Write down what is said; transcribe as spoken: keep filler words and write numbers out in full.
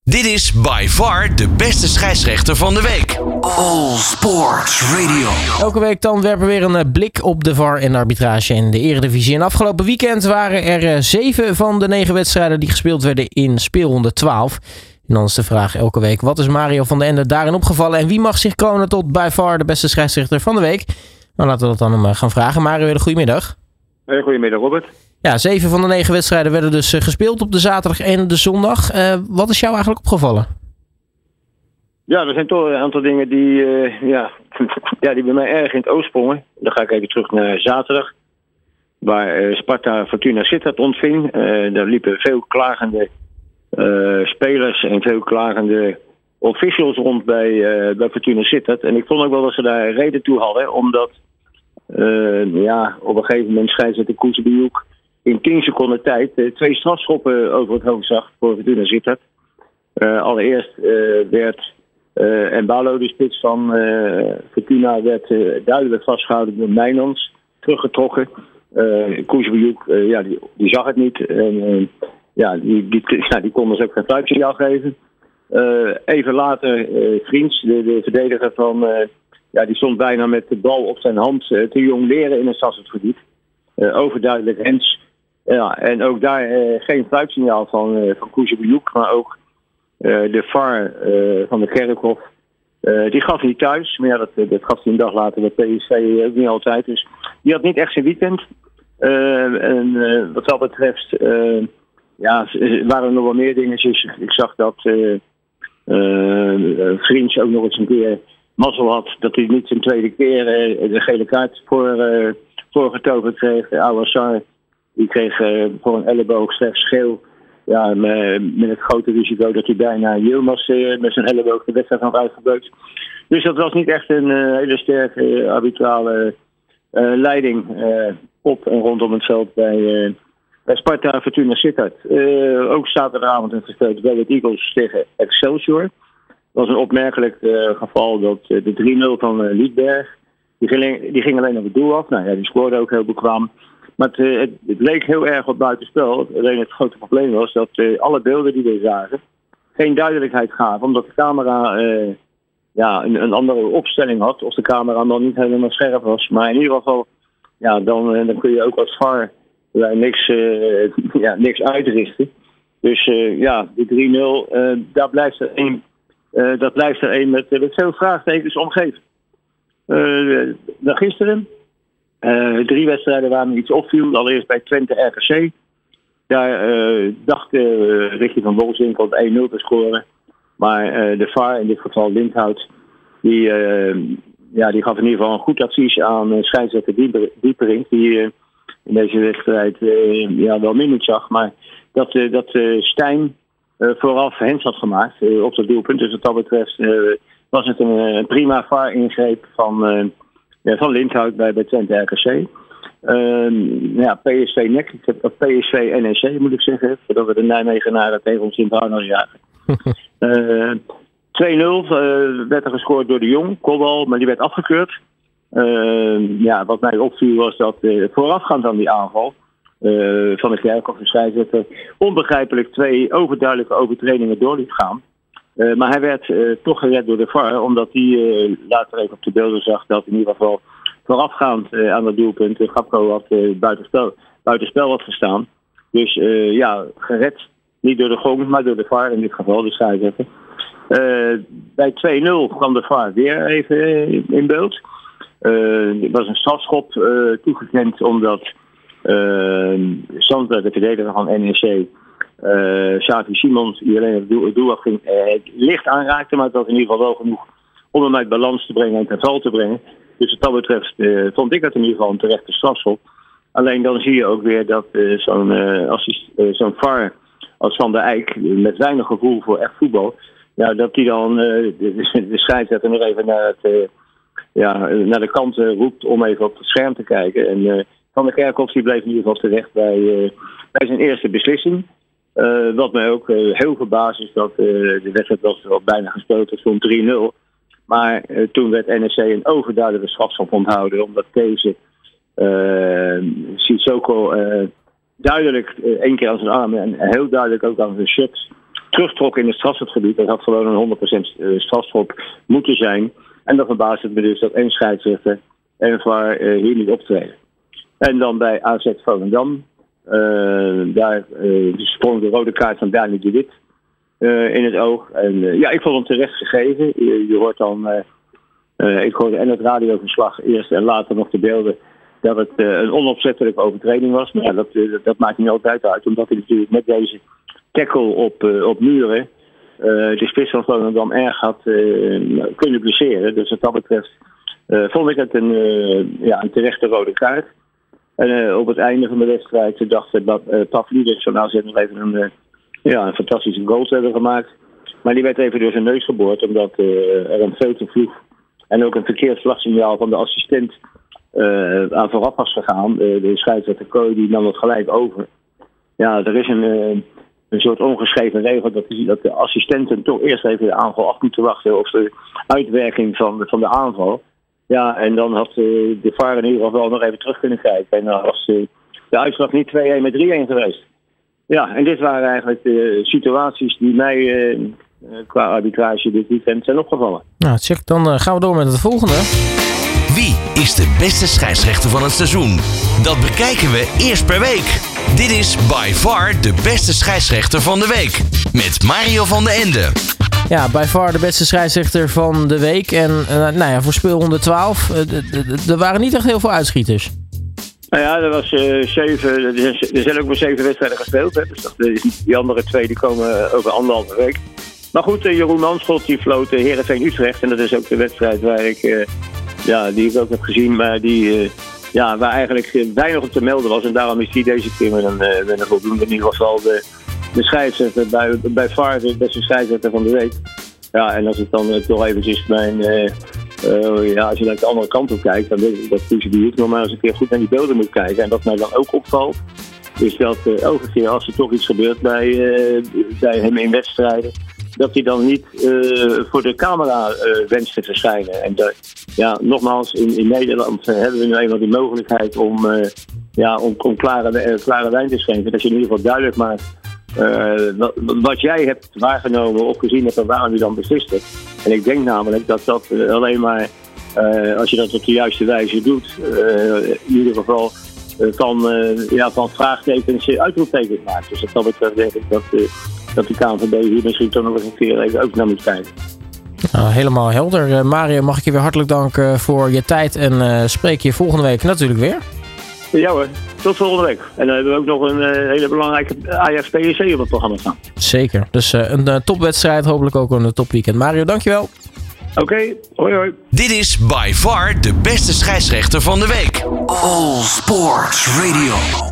Dit is by far de beste scheidsrechter van de week. All Sports Radio. Elke week dan werpen we weer een blik op de V A R en de arbitrage in de Eredivisie. En afgelopen weekend waren er zeven van de negen wedstrijden die gespeeld werden in speelronde twaalf. En dan is de vraag elke week, wat is Mario van den Ende daarin opgevallen? En wie mag zich kronen tot by far de beste scheidsrechter van de week? Nou, laten we dat dan hem gaan vragen. Mario, hele goedemiddag. Hey, goedemiddag, Robert. Ja, zeven van de negen wedstrijden werden dus uh, gespeeld op de zaterdag en de zondag. Uh, wat is jou eigenlijk opgevallen? Ja, er zijn toch een aantal dingen die, uh, ja, ja, die bij mij erg in het oog sprongen. Dan ga ik even terug naar zaterdag. Waar uh, Sparta Fortuna Sittard ontving. Uh, daar liepen veel klagende uh, spelers en veel klagende officials rond bij, uh, bij Fortuna Sittard. En ik vond ook wel dat ze daar reden toe hadden. Omdat uh, ja, op een gegeven moment scheidsrechter Kuzebioek in tien seconden tijd uh, twee strafschoppen over het hoofd zag voor Fortuna Sittard. Uh, allereerst uh, werd uh, Embalo, de spits van uh, Fortuna, werd uh, duidelijk vastgehouden door Mijnans, teruggetrokken. Uh, Kuzebioek, uh, ja, die, die zag het niet. En, uh, ja, die, die, ja, die kon dus ook geen fluitsignaal geven. Uh, even later, uh, Vriends, de, de verdediger van, uh, ja, die stond bijna met de bal op zijn hand uh, te jongleren in een Sassuolo-gebied. Uh, overduidelijk Hens. Ja, en ook daar uh, geen fluitsignaal van, uh, van Kuzebioek, maar ook uh, de V A R uh, van de Kerkhof. Uh, die gaf niet thuis, maar ja, dat, dat gaf hij een dag later bij P S V ook niet altijd. Dus die had niet echt zijn weekend. Uh, en uh, wat dat betreft uh, ja, waren er nog wel meer dingetjes. Ik zag dat uh, uh, Vriends ook nog eens een keer mazzel had dat hij niet zijn tweede keer uh, de gele kaart voor, uh, voorgetoverd kreeg. Awassar, die kreeg uh, voor een elleboog slechts geel. Ja, met, met het grote risico dat hij bijna Yilmaz uh, met zijn elleboog de wedstrijd had uitgebeukt. Dus dat was niet echt een uh, hele sterke uh, arbitrale uh, leiding uh, op en rondom het veld bij, uh, bij Sparta Fortuna Sittard. Uh, ook zaterdagavond een gespeeld bij het Eagles tegen Excelsior. Het was een opmerkelijk uh, geval dat uh, de drie nul van uh, Liedberg, die ging, die ging alleen op het doel af. Nou ja, die scoorde ook heel bekwaam. Maar het, uh, het, het leek heel erg op buitenspel. Alleen het grote probleem was dat uh, alle beelden die we zagen geen duidelijkheid gaven. Omdat de camera uh, ja, een, een andere opstelling had. Of de camera dan niet helemaal scherp was. Maar in ieder geval, ja, dan, uh, dan kun je ook als V A R uh, niks, uh, ja, niks uitrichten. Dus uh, ja, die drie nul, uh, daar blijft er één, uh, dat blijft er één met, met veel vraagtekens omgeven. Uh, dan gisteren. Uh, drie wedstrijden waar me iets opviel. Allereerst bij Twente R K C. Daar uh, dacht uh, Ricky van Wolfswinkel op één nul te scoren. Maar uh, de V A R, in dit geval Lindhout, die, uh, ja, die gaf in ieder geval een goed advies aan uh, scheidsrechter Dieper, Dieperink. Die uh, in deze wedstrijd uh, ja, wel minder zag. Maar dat, uh, dat uh, Stijn uh, vooraf hens had gemaakt uh, op dat doelpunt. Dus wat dat betreft uh, was het een, een prima V A R-ingreep van... Uh, Ja, van Lindhout bij, bij Twente R K C. Uh, ja, P S V N E C, ik heb P S V N E C moet ik zeggen, voordat we de Nijmegenaren tegen ons in het Arno jagen. uh, twee nul uh, werd er gescoord door de Jong, kopbal, maar die werd afgekeurd. Uh, ja, wat mij opviel was dat uh, voorafgaand aan die aanval uh, van de Kerkhof, de scheidsrechter, onbegrijpelijk twee overduidelijke overtredingen door liet gaan. Uh, maar hij werd uh, toch gered door de V A R, omdat hij uh, later even op de beelden zag dat in ieder geval voorafgaand uh, aan dat doelpunt uh, Gapko had uh, buitenspel, buitenspel had gestaan. Dus uh, ja, gered. Niet door de gong, maar door de V A R in dit geval, de scheidsrechter. Uh, bij twee nul kwam de V A R weer even uh, in beeld. Uh, er was een strafschop uh, toegekend omdat uh, Sander, de verdediger van N E C... Uh, Xavi Simons, die alleen het doel, het doel afging, uh, licht aanraakte, maar het was in ieder geval wel genoeg om hem uit balans te brengen en ten val te brengen. Dus wat dat betreft uh, vond ik dat in ieder geval een terechte strafschop. Alleen dan zie je ook weer dat uh, zo'n, uh, assist, uh, zo'n V A R als Van der Eyck, uh, met weinig gevoel voor echt voetbal, ja, dat die dan uh, de, de scheidsrechter nog even naar, het, uh, ja, naar de kant uh, roept om even op het scherm te kijken. En uh, Van der Kerkhof die bleef in ieder geval terecht bij, uh, bij zijn eerste beslissing. Uh, wat mij ook uh, heel verbaasd is dat uh, de wedstrijd was al bijna gespeeld, het stond drie nul. Maar uh, toen werd N E C een overduidelijke strafschop onthouden, omdat deze uh, Sissoko uh, duidelijk uh, één keer aan zijn arm en heel duidelijk ook aan zijn shirt terugtrok in het strafschopgebied. Dat had gewoon een honderd procent strafschop moeten zijn. En dan verbaast het me dus dat één scheidsrechter en V A R uh, hier niet optreden. En dan bij A Z Volendam. Uh, daar uh, sprong de rode kaart van Dani de Wit uh, in het oog. En uh, ja, ik vond hem terecht gegeven. Je, je hoort dan, uh, uh, ik hoorde en het radioverslag eerst en later nog de beelden, dat het uh, een onopzettelijke overtreding was. Maar ja, dat, uh, dat maakt niet altijd uit, omdat hij natuurlijk met deze tackle op, uh, op Muren uh, de spits van Volendam erg had uh, kunnen blesseren. Dus wat dat betreft uh, vond ik het een, uh, ja, een terechte rode kaart. En uh, op het einde van de wedstrijd dacht uh, uh, Pavlidis van A Z nog even een, uh, ja, een fantastische goal te hebben gemaakt. Maar die werd even door zijn neus geboord, omdat uh, er een feutenvloeg en ook een verkeerd vlagsignaal van de assistent uh, aan vooraf was gegaan. Uh, de scheidsrechter Kooi die nam het gelijk over. Ja, er is een, uh, een soort ongeschreven regel dat, die, dat de assistenten toch eerst even de aanval af moeten wachten of de uitwerking van, van de aanval. Ja, en dan had uh, de V A R in ieder geval nog even terug kunnen kijken. En dan was uh, de uitslag niet twee-een, maar drie-een geweest. Ja, en dit waren eigenlijk de situaties die mij uh, qua arbitrage dit weekend zijn opgevallen. Nou, check. Dan uh, gaan we door met het volgende. Wie is de beste scheidsrechter van het seizoen? Dat bekijken we eerst per week. Dit is by far de beste scheidsrechter van de week. Met Mario van den Ende. Ja, by far de beste scheidsrechter van de week. En uh, nou ja, voor speelronde twaalf, uh, er waren niet echt heel veel uitschieters. Nou ja, er was uh, zeven, er zijn ook maar zeven wedstrijden gespeeld. Hè, dus dat, die andere twee die komen over anderhalve week. Maar goed, uh, Jeroen Manschot die floot uh, Heerenveen Utrecht. En dat is ook de wedstrijd waar ik, uh, ja, die ik ook heb gezien. Maar die, uh, ja, waar eigenlijk uh, weinig op te melden was. En daarom is die deze keer met een, uh, met een voldoende. In ieder geval de, de scheidsrechter bij, bij V A R, de beste scheidsrechter van de week. Ja, en als ik dan uh, toch eventjes mijn... Uh, Uh, ja, als je naar de andere kant op kijkt, dan weet ik dat Pusie nog maar eens een keer goed naar die beelden moet kijken. En wat mij dan ook opvalt, is dat uh, elke keer als er toch iets gebeurt bij, uh, bij hem in wedstrijden, dat hij dan niet uh, voor de camera uh, wenst te verschijnen. En de, ja, nogmaals, in, in Nederland uh, hebben we nu eenmaal die mogelijkheid om, uh, ja, om, om klare, uh, klare wijn te schenken. Dat je in ieder geval duidelijk maakt uh, wat, wat jij hebt waargenomen of gezien hebt en waarom je dan beslist hebt. En ik denk namelijk dat dat uh, alleen maar, uh, als je dat op de juiste wijze doet, uh, in ieder geval uh, van, uh, ja, van vraagtekens uh, uitroeptekens maakt. Dus dat betreft denk ik dat, uh, dat de K N V B hier misschien toch nog eens een keer even ook naar moet kijken. Nou, helemaal helder. Uh, Mario, mag ik je weer hartelijk danken voor je tijd en uh, spreek je volgende week natuurlijk weer. Ja hoor, tot volgende week. En dan hebben we ook nog een uh, hele belangrijke Ajax P S C op het programma staan. Zeker, dus uh, een uh, topwedstrijd, hopelijk ook een topweekend. Mario, dankjewel. Oké, okay, hoi hoi. Dit is by far de beste scheidsrechter van de week. All Sports Radio.